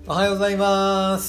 おはようございます。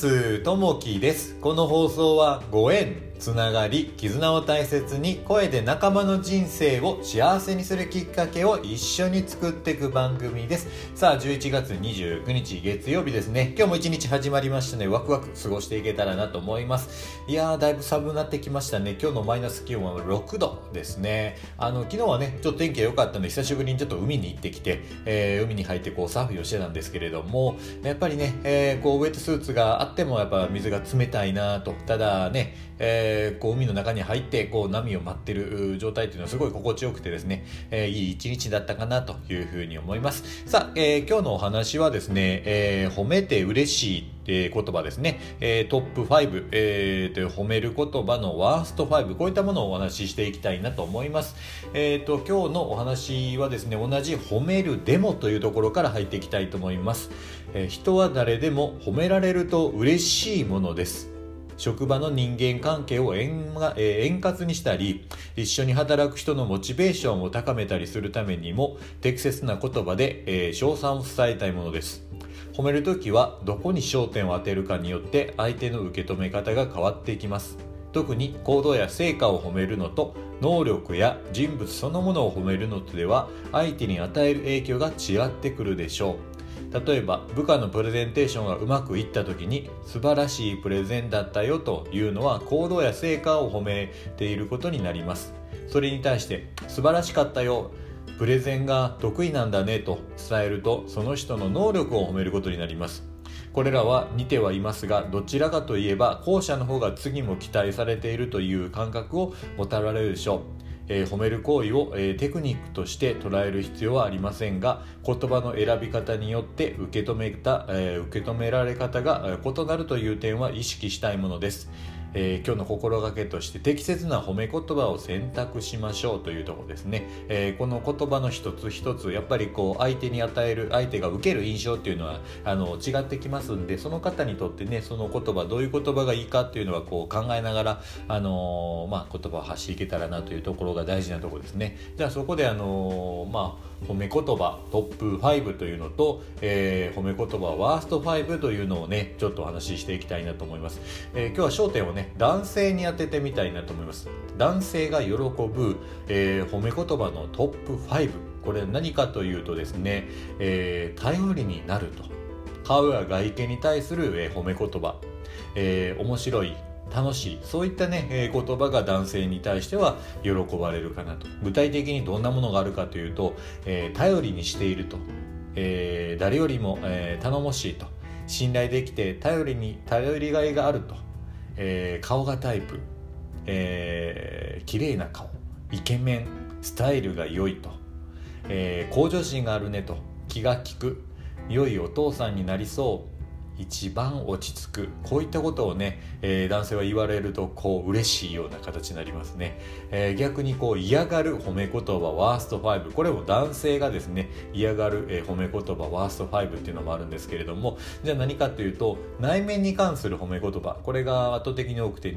ともきです。この放送はご縁、つながり、絆を大切に声で仲間の人生を幸せにするきっかけを一緒に作っていく番組です。さあ、11月29日月曜日ですね。今日も一日始まりましたね。ワクワク過ごしていけたらなと思います。いやー、だいぶ寒くなってきましたね。今日のマイナス気温は6度ですね。昨日はね、ちょっと天気が良かったので、久しぶりにちょっと海に行ってきて、海に入ってサーフィンをしてたんですけれども、やっぱりね、ウェットスーツがあってもやっぱ水が冷たいなと。ただね、海の中に入って波を待ってる状態というのはすごい心地よくてですね、いい一日だったかなというふうに思います。さあ、今日のお話はですね、褒めて嬉しい言葉ですね、トップ5、褒める言葉のワースト5、こういったものをお話ししていきたいなと思います。今日のお話はですね、同じ褒めるでもというところから入っていきたいと思います。人は誰でも褒められると嬉しいものです。職場の人間関係を円滑にしたり、一緒に働く人のモチベーションを高めたりするためにも適切な言葉で、称賛を伝えたいものです。褒めるときはどこに焦点を当てるかによって相手の受け止め方が変わっていきます。特に行動や成果を褒めるのと能力や人物そのものを褒めるのとでは相手に与える影響が違ってくるでしょう。例えば部下のプレゼンテーションがうまくいった時に素晴らしいプレゼンだったよというのは行動や成果を褒めていることになります。それに対して素晴らしかったよ、プレゼンが得意なんだねと伝えるとその人の能力を褒めることになります。これらは似てはいますがどちらかといえば後者の方が次も期待されているという感覚を持たれるでしょう。褒める行為を、テクニックとして捉える必要はありませんが言葉の選び方によって受け止められ方が異なるという点は意識したいものです。今日の心がけとして適切な褒め言葉を選択しましょうというところですね。この言葉の一つ一つやっぱり相手に与える相手が受ける印象っていうのは違ってきますんで、その方にとってねその言葉どういう言葉がいいかっていうのは考えながら言葉を発していけたらなというところが大事なところですね。じゃあそこで褒め言葉トップ5というのと、褒め言葉ワースト5というのをねちょっとお話ししていきたいなと思います。今日は焦点をね男性に当ててみたいなと思います。男性が喜ぶ、褒め言葉のトップ5、これ何かというとですね、頼りになると顔や外見に対する、褒め言葉、面白い楽しい、そういったね、言葉が男性に対しては喜ばれるかなと。具体的にどんなものがあるかというと、頼りにしていると、誰よりも、頼もしいと、信頼できて頼りがいがあると、顔がタイプ、綺麗な顔、イケメン、スタイルが良いと、向上心があるねと、気が利く、良いお父さんになりそう、一番落ち着く、こういったことをね、男性は言われると嬉しいような形になりますね。逆に嫌がる褒め言葉ワースト5、これも男性がですね嫌がる、褒め言葉ワースト5っていうのもあるんですけれども、じゃあ何かというと内面に関する褒め言葉、これが圧倒的に多くて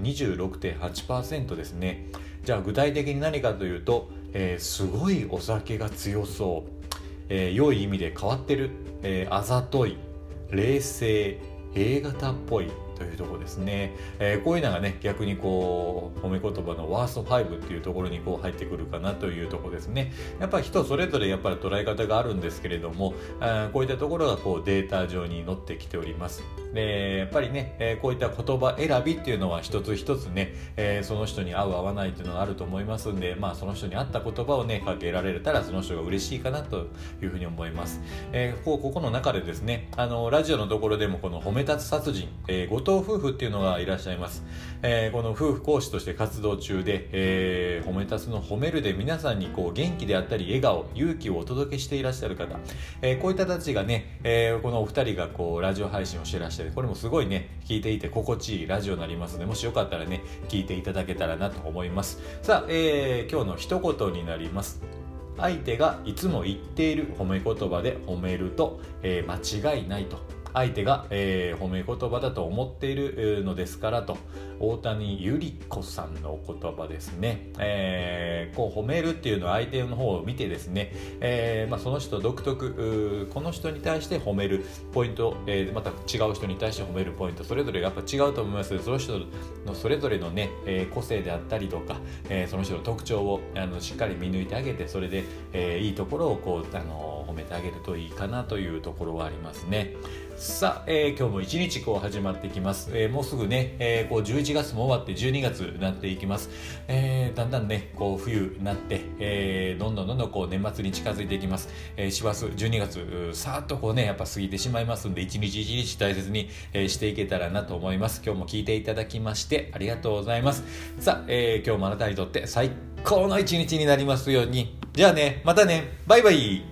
26.8% ですね。じゃあ具体的に何かというと、すごいお酒が強そう、良い意味で変わってる、あざとい、冷静、A 型っぽいというところですね。こういうのがね逆に褒め言葉のワースト5っていうところに入ってくるかなというところですね。やっぱり人それぞれやっぱり捉え方があるんですけれども、こういったところがデータ上に載ってきております。でやっぱりね、こういった言葉選びっていうのは一つ一つね、その人に合う合わないっていうのがあると思いますんで、その人に合った言葉をねかけられたらその人が嬉しいかなというふうに思います。ここの中でですねラジオのところでもこの褒め立つ殺人、後藤夫婦っていうのがいらっしゃいます。この夫婦講師として活動中で、褒め立つの褒めるで皆さんに元気であったり笑顔勇気をお届けしていらっしゃる方、こういった方たちがね、このお二人がラジオ配信をしていらっしゃる、これもすごいね聞いていて心地いいラジオになりますので、もしよかったらね聞いていただけたらなと思います。さあ、今日の一言になります。相手がいつも言っている褒め言葉で褒めると、間違いないと。 相手が、褒め言葉だと思っているのですからと、大谷ゆり子さんのお言葉ですね。こう褒めるっていうのは相手の方を見てですね、その人独特、この人に対して褒めるポイント、また違う人に対して褒めるポイント、それぞれやっぱ違うと思います。その人のそれぞれのね、個性であったりとか、その人の特徴をしっかり見抜いてあげて、それで、いいところをこう褒めてあげるといいかなというところはありますね。さあ、今日も一日こう始まってきます。もうすぐね、こう11月も終わって12月になっていきます。だんだんねこう冬になって、どんどんこう年末に近づいていきます。師走12月さーっとこうねやっぱ過ぎてしまいますんで、一日一日大切に、していけたらなと思います。今日も聞いていただきましてありがとうございます。さあ、今日もあなたにとって最高の一日になりますように。じゃあね、またね、バイバイ。